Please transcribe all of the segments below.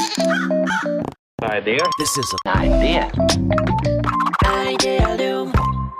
Idea. This is an idea. Idealum.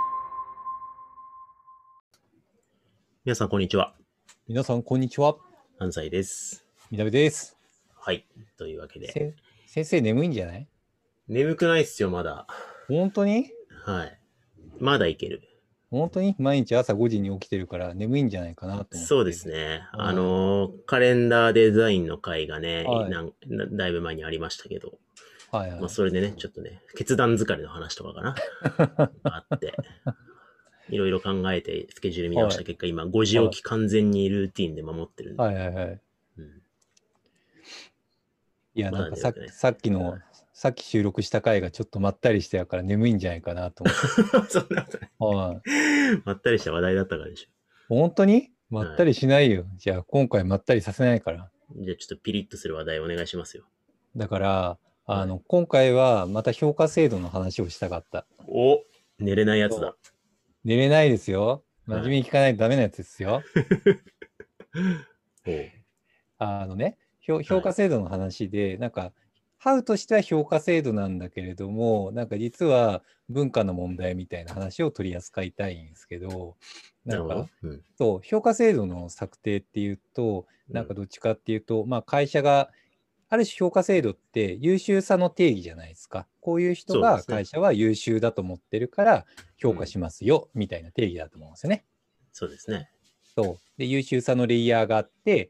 皆さん、こんにちは。 皆さん、こんにちは。 安西です。 みなべです。 はい。というわけで。 先生、眠いんじゃない？ 眠くないっすよ、まだ。 本当に？ はい。まだいける。 本当に毎日朝5時に起きてるから眠いんじゃないかなと思って。 そうですね。 はい、 カレンダーデザインの会がね、 はい、 だいぶ前にありましたけど、 はいはい、 まあそれでね、ちょっとね、決断疲れの話とかかな。あって、いろいろ考えてスケジュール見直した結果、今5時起き完全にルーティンで守ってるんで。 はいはいはい。 うん、 いや、なんかさっき収録した回がちょっとまったりしてやから眠いんじゃないかなと思って。 そんなことない。 はい。 まったりした話題だったからでしょ。本当に？まったりしないよ。はい、じゃあ今回まったりさせないから。 じゃあちょっとピリッとする話題お願いしますよ。 だから、今回はまた評価制度の話をしたかった。 お、寝れないやつだ。 寝れないですよ。真面目に聞かないとダメなやつですよ。評価制度の話で、なんか、ハウとしては評価制度なんだけれども、なんか実は文化の問題みたいな話を取り扱いたいんですけど、なんか、そう、評価制度の策定っていうと、なんかどっちかっていうと、まあ会社が、ある種評価制度って優秀さの定義じゃないですか。こういう人が会社は優秀だと思ってるから評価しますよ、みたいな定義だと思うんですよね。 そうですね。 そう。で、優秀さのレイヤーがあって、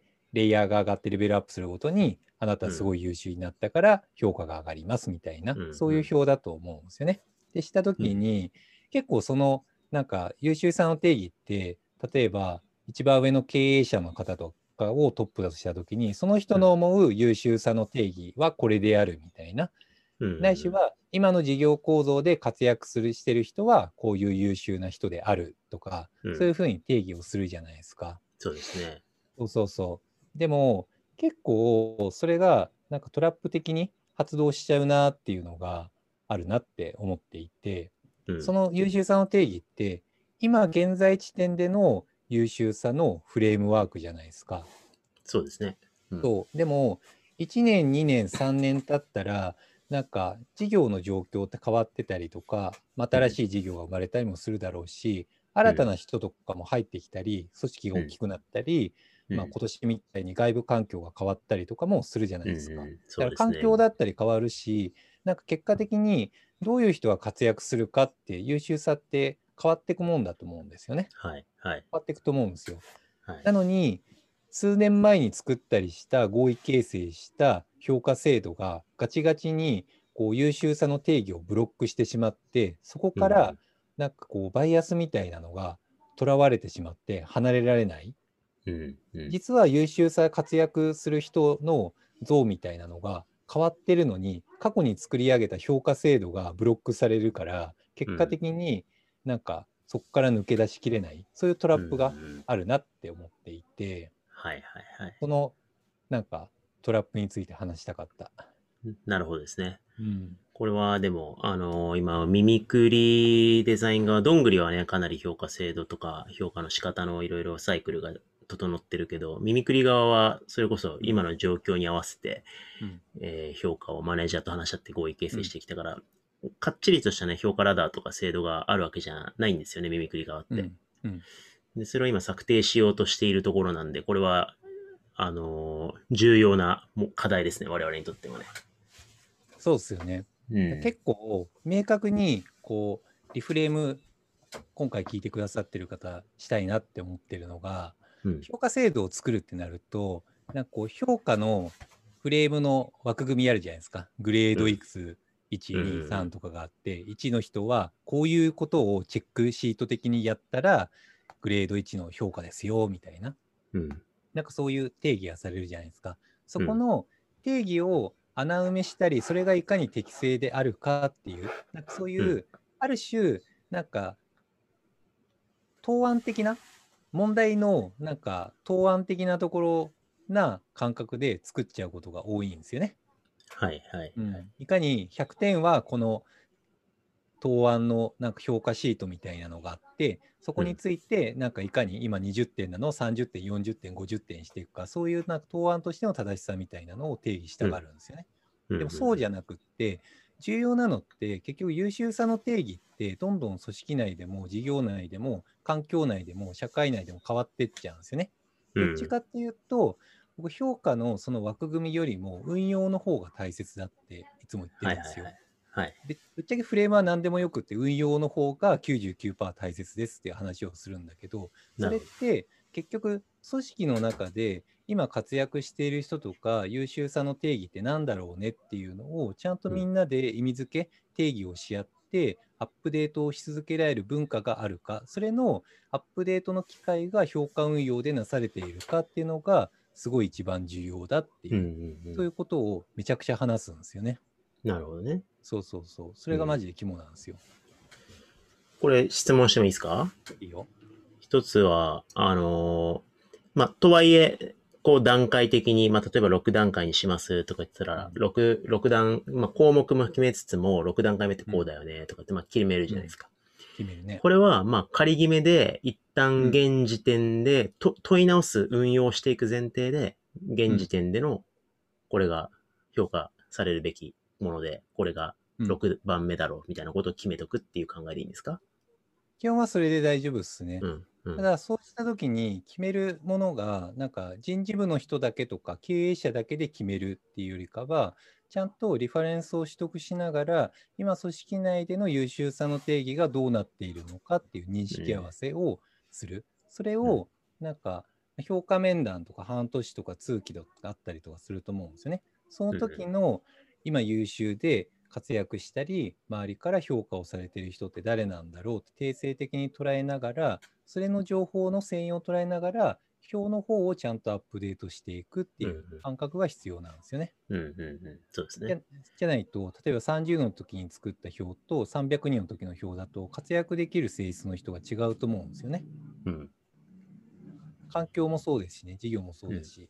レイヤーが上がってレベルアップするごとに、あなたすごい優秀になったから評価が上がりますみたいな、そういう表だと思うんですよね。で、したときに、結構その、なんか優秀さの定義って、例えば一番上の経営者の方とかをトップだとしたときに、その人の思う優秀さの定義はこれであるみたいな。ないしは、今の事業構造で活躍してる人は、こういう優秀な人であるとか、そういうふうに定義をするじゃないですか。 そうですね。 そうそうそう。でも、結構、それが、なんかトラップ的に発動しちゃうなっていうのがあるなって思っていて、その優秀さの定義って、今現在地点での優秀さのフレームワークじゃないですか。 そうですね。 そう。でも、1年、2年、3年経ったら、なんか事業の状況って変わってたりとか、新しい事業が生まれたりもするだろうし、新たな人とかも入ってきたり、組織が大きくなったり、今年みたいに外部環境が変わったりとかもするじゃないですか。だから環境だったり変わるし、なんか結果的にどういう人が活躍するかって優秀さって変わっていくもんだと思うんですよね。 はいはい。 変わっていくと思うんですよ。なのに、数年前に作ったりした合意形成した評価制度がガチガチにこう優秀さの定義をブロックしてしまって、そこからなんかこうバイアスみたいなのがとらわれてしまって離れられない。実は優秀さ活躍する人の像みたいなのが変わってるのに、過去に作り上げた評価制度がブロックされるから、結果的になんかそこから抜け出しきれない、そういうトラップがあるなって思っていて、そのなんかトラップについて話したかった。 なるほどですね。これはでも、今、ミミクリデザイン側、どんぐりはね、かなり評価制度とか、評価の仕方のいろいろサイクルが整ってるけど、ミミクリ側は、それこそ今の状況に合わせて、評価をマネージャーと話し合って合意形成してきたから、かっちりとしたね、評価ラダーとか制度があるわけじゃないんですよね、ミミクリ側って。で、それを今策定しようとしているところなんで、これは、重要な課題ですね、我々にとってもね。 そうですよね。結構明確にこうリフレーム今回聞いてくださってる方したいなって思ってるのが、評価制度を作るってなるとなんかこう評価のフレームの枠組みあるじゃないですか。グレードいくつ1、2、3とかがあって、1の人はこういうことをチェックシート的にやったらグレード1の評価ですよみたいな、なんかそういう定義がされるじゃないですか。そこの定義を穴埋めしたり、それがいかに適正であるかっていう、なんかそういう、ある種、なんか、答案的な、問題の、なんか、答案的なところな感覚で作っちゃうことが多いんですよね。いかに100点はこの答案のなんか評価シートみたいなのがあって、そこについてなんかいかに今20点なのを30点、40点、50点していくか、そういうなんか答案としての正しさみたいなのを定義したがるんですよね。 でもそうじゃなくって、重要なのって結局優秀さの定義ってどんどん組織内でも事業内でも環境内でも社会内でも変わってっちゃうんですよね。どっちかっていうと、僕評価のその枠組みよりも運用の方が大切だっていつも言ってるんですよ。でぶっちゃけフレームは何でもよくって運用の方が 99% 大切ですっていう話をするんだけど、それって結局組織の中で今活躍している人とか優秀さの定義って何だろうねっていうのをちゃんとみんなで意味付け、定義をし合ってアップデートをし続けられる文化があるか、それのアップデートの機会が評価運用でなされているかっていうのがすごい一番重要だっていう、そういうことをめちゃくちゃ話すんですよね。 なるほどね。 そう。それがマジで肝なんですよ。 これ質問してもいいですか？ いいよ。 一つは、とはいえ、こう段階的に、例えば6段階にしますとか言ったら、6段、項目も決めつつも、6段階目ってこうだよねとかって、決めるじゃないですか。 決めるね。 これは、仮決めで、一旦現時点で、問い直す運用していく前提で、現時点での、これが評価されるべきもので、これが6番目だろうみたいなことを決めとくっていう考えでいいんですか？ 基本はそれで大丈夫ですね。ただ、そうしたときに決めるものが、なんか人事部の人だけとか経営者だけで決めるっていうよりかは、ちゃんとリファレンスを取得しながら、今組織内での優秀さの定義がどうなっているのかっていう認識合わせをする。それを、なんか、評価面談とか半年とか通期だったりとかすると思うんですよね。その時の今優秀で活躍したり、周りから評価をされている人って誰なんだろうって定性的に捉えながら、それの情報の遷移を捉えながら、表の方をちゃんとアップデートしていくっていう感覚が必要なんですよね。 そうですね。 じゃないと、例えば30の時に作った表と300人の時の表だと、活躍できる性質の人が違うと思うんですよね。環境もそうですしね、事業もそうですし。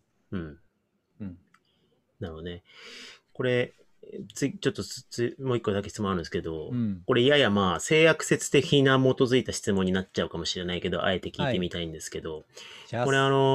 なるほどね。これ、ちょっともう一個だけ質問あるんですけど、これやや性悪説的な基づいた質問になっちゃうかもしれないけど、あえて聞いてみたいんですけど、これ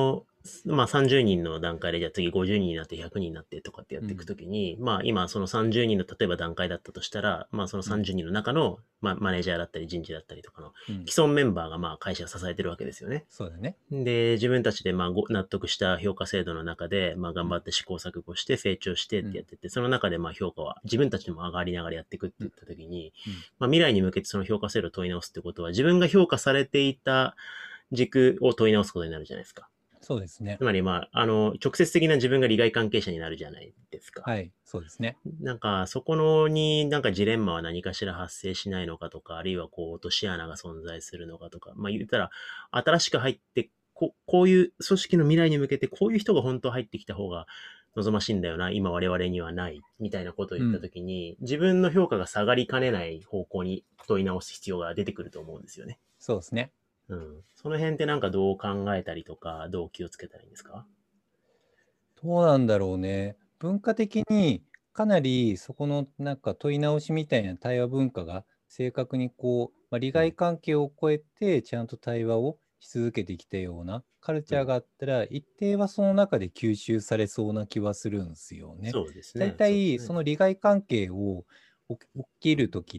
30人の段階で、じゃあ次50人になって100人になってとかってやっていくときに、今その30人の例えば段階だったとしたら、その30人の中の、マネージャーだったり人事だったりとかの既存メンバーが会社を支えてるわけですよね。 そうだね。 で、自分たちで納得した評価制度の中で、頑張って試行錯誤して成長してってやってて、その中で評価は自分たちでも上がりながらやっていくって言ったときに、未来に向けてその評価制度を問い直すってことは、自分が評価されていた軸を問い直すことになるじゃないですか。 そうですね。 つまり、直接的な自分が利害関係者になるじゃないですか。 はい、そうですね。 なんか、そこのにジレンマは何かしら発生しないのかとか、あるいは落とし穴が存在するのかとか、言ったら、新しく入って、こういう組織の未来に向けて、こういう人が本当入ってきた方が望ましいんだよな、今我々にはない、みたいなことを言ったときに、自分の評価が下がりかねない方向に問い直す必要が出てくると思うんですよね。 そうですね。 その辺ってどう考えたりとか、どう気をつけたらいいんですか？ どうなんだろうね。文化的にかなりそこの問い直しみたいな対話文化が正確に利害関係を超えてちゃんと対話をし続けてきたようなカルチャーがあったら、一定はその中で吸収されそうな気はするんですよね。 そうですね。 大体その利害関係を起きるときって、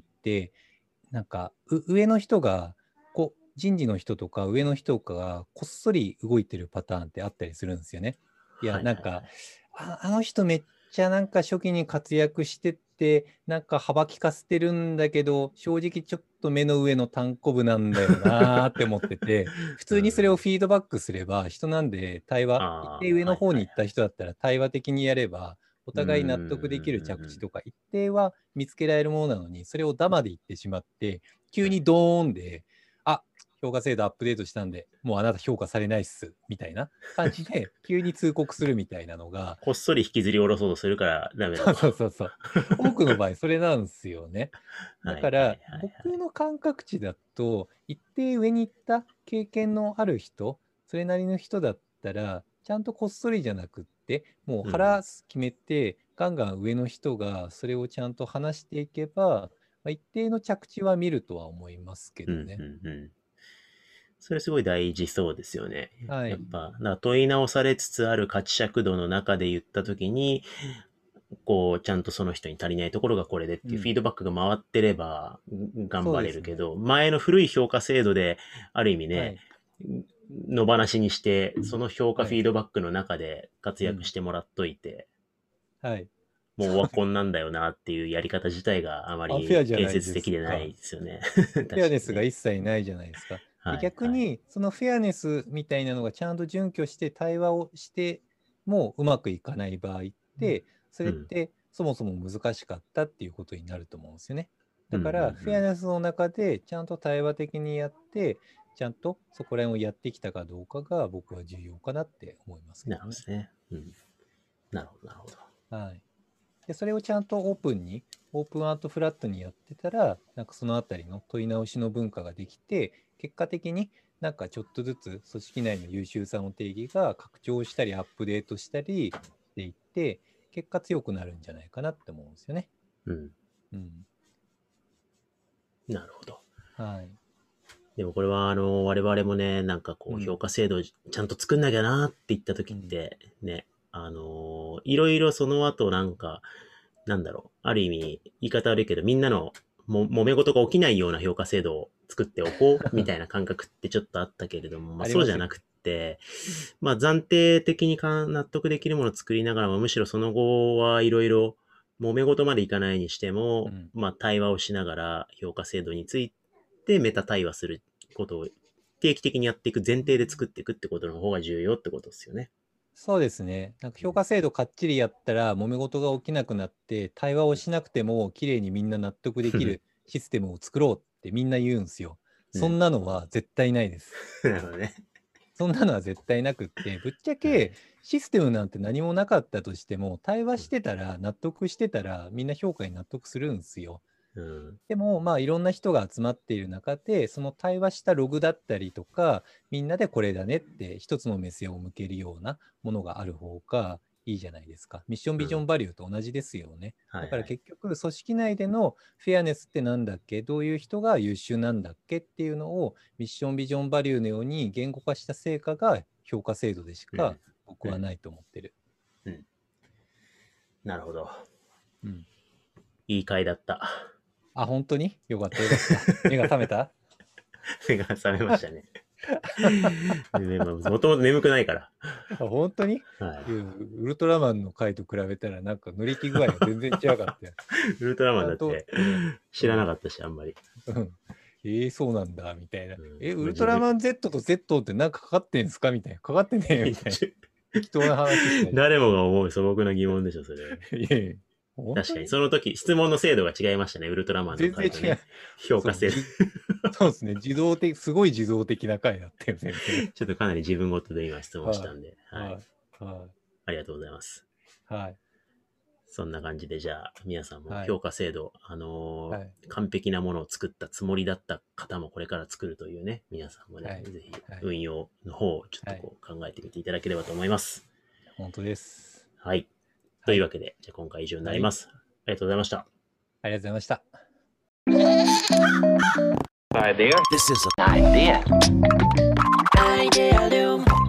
上の人が人事の人とか上の人とかがこっそり動いてるパターンってあったりするんですよね。いや、あの人めっちゃ初期に活躍してって、幅利かせてるんだけど、正直ちょっと目の上の単行部なんだよなーって思ってて、普通にそれをフィードバックすれば、人なんで対話、一定上の方に行った人だったら対話的にやれば、お互い納得できる着地とか、一定は見つけられるものなのに、それをダマで言ってしまって、急にドーンで、評価制度アップデートしたんで、もうあなた評価されないっす、みたいな感じで、急に通告するみたいなのが。 こっそり引きずり下ろそうとするからダメだと。 そう。多くの場合、それなんですよね。だから、僕の感覚値だと、一定上に行った経験のある人、それなりの人だったら、ちゃんとこっそりじゃなくって、もう腹決めて、ガンガン上の人がそれをちゃんと話していけば、一定の着地は見るとは思いますけどね。 それすごい大事そうですよね。 はい、 やっぱ、問い直されつつある価値尺度の中で言ったときに、 こう、ちゃんとその人に足りないところがこれでっていうフィードバックが回ってれば頑張れるけど、前の古い評価制度で、ある意味ね、野放しにして、その評価フィードバックの中で活躍してもらっといて、 はい。 もうオワコンなんだよなっていうやり方自体があまり建設的でないですよね。 フェアネスが一切ないじゃないですか。 で逆に、そのフェアネスみたいなのがちゃんと準拠して対話をしてもうまくいかない場合って、それってそもそも難しかったっていうことになると思うんですよね。だから、フェアネスの中でちゃんと対話的にやって、ちゃんとそこら辺をやってきたかどうかが僕は重要かなって思いますけどね。 なるほどね。なるほど、なるほど。 はい。で、それをちゃんとオープンアートフラットにやってたら、なんかそのあたりの問い直しの文化ができて、結果的になんかちょっとずつ組織内の優秀さの定義が拡張したりアップデートしたりしていって、結果強くなるんじゃないかなって思うんですよね。 なるほど。 はい。 でもこれは我々もね、なんかこう評価制度ちゃんと作んなきゃなって言った時ってね、いろいろその後なんか、なんだろう、ある意味言い方悪いけどみんなの揉め事が起きないような評価制度を作っておこうみたいな感覚ってちょっとあったけれども、まあそうじゃなくて、まあ暫定的に納得できるものを作りながらも、むしろその後はいろいろ揉め事までいかないにしても、まあ対話をしながら評価制度についてメタ対話することを定期的にやっていく前提で作っていくってことの方が重要ってことですよね。 そうですね。なんか評価制度かっちりやったら揉め事が起きなくなって、対話をしなくてもきれいにみんな納得できるシステムを作ろうってみんな言うんですよ。そんなのは絶対ないです。 なるほどね。 そんなのは絶対なくって、ぶっちゃけシステムなんて何もなかったとしても、対話してたら、納得してたら、みんな評価に納得するんですよ。でも、まあ、いろんな人が集まっている中で、その対話したログだったりとか、みんなでこれだねって一つの目線を向けるようなものがある方がいいじゃないですか。ミッションビジョンバリューと同じですよね。だから結局、組織内でのフェアネスってなんだっけ、どういう人が優秀なんだっけっていうのを、ミッションビジョンバリューのように言語化した成果が評価制度でしか僕はないと思ってる。 なるほど。いい回だった。 あ、本当によかったよかった。目が覚めた目が覚めましたね。もともと眠くないから。 本当に、ウルトラマンの回と比べたらなんか乗り気具合が全然違かったよ。 ウルトラマンだって知らなかったし、あんまり。 そうなんだ、みたいな。ウルトラマン Z と Z ってなんかかかってんすかみたいな。かかってねえみたいな。適当な話誰もが思う素朴な疑問でしょ、それ。確かに、その時、質問の精度が違いましたね、ウルトラマンの回とね。評価制度。 そうですね。すごい自動的な回だったよね。 ちょっとかなり自分ごとで今質問したんで。ありがとうございます。 はい。 そんな感じで、じゃあ、皆さんも評価制度、完璧なものを作ったつもりだった方もこれから作るというね、皆さんもね、ぜひ運用の方をちょっとこう考えてみていただければと思います。 本当です。 はい。というわけで、じゃあ今回以上になります。ありがとうございました。 ありがとうございました。 Idea. This is an idea. Idea Loom.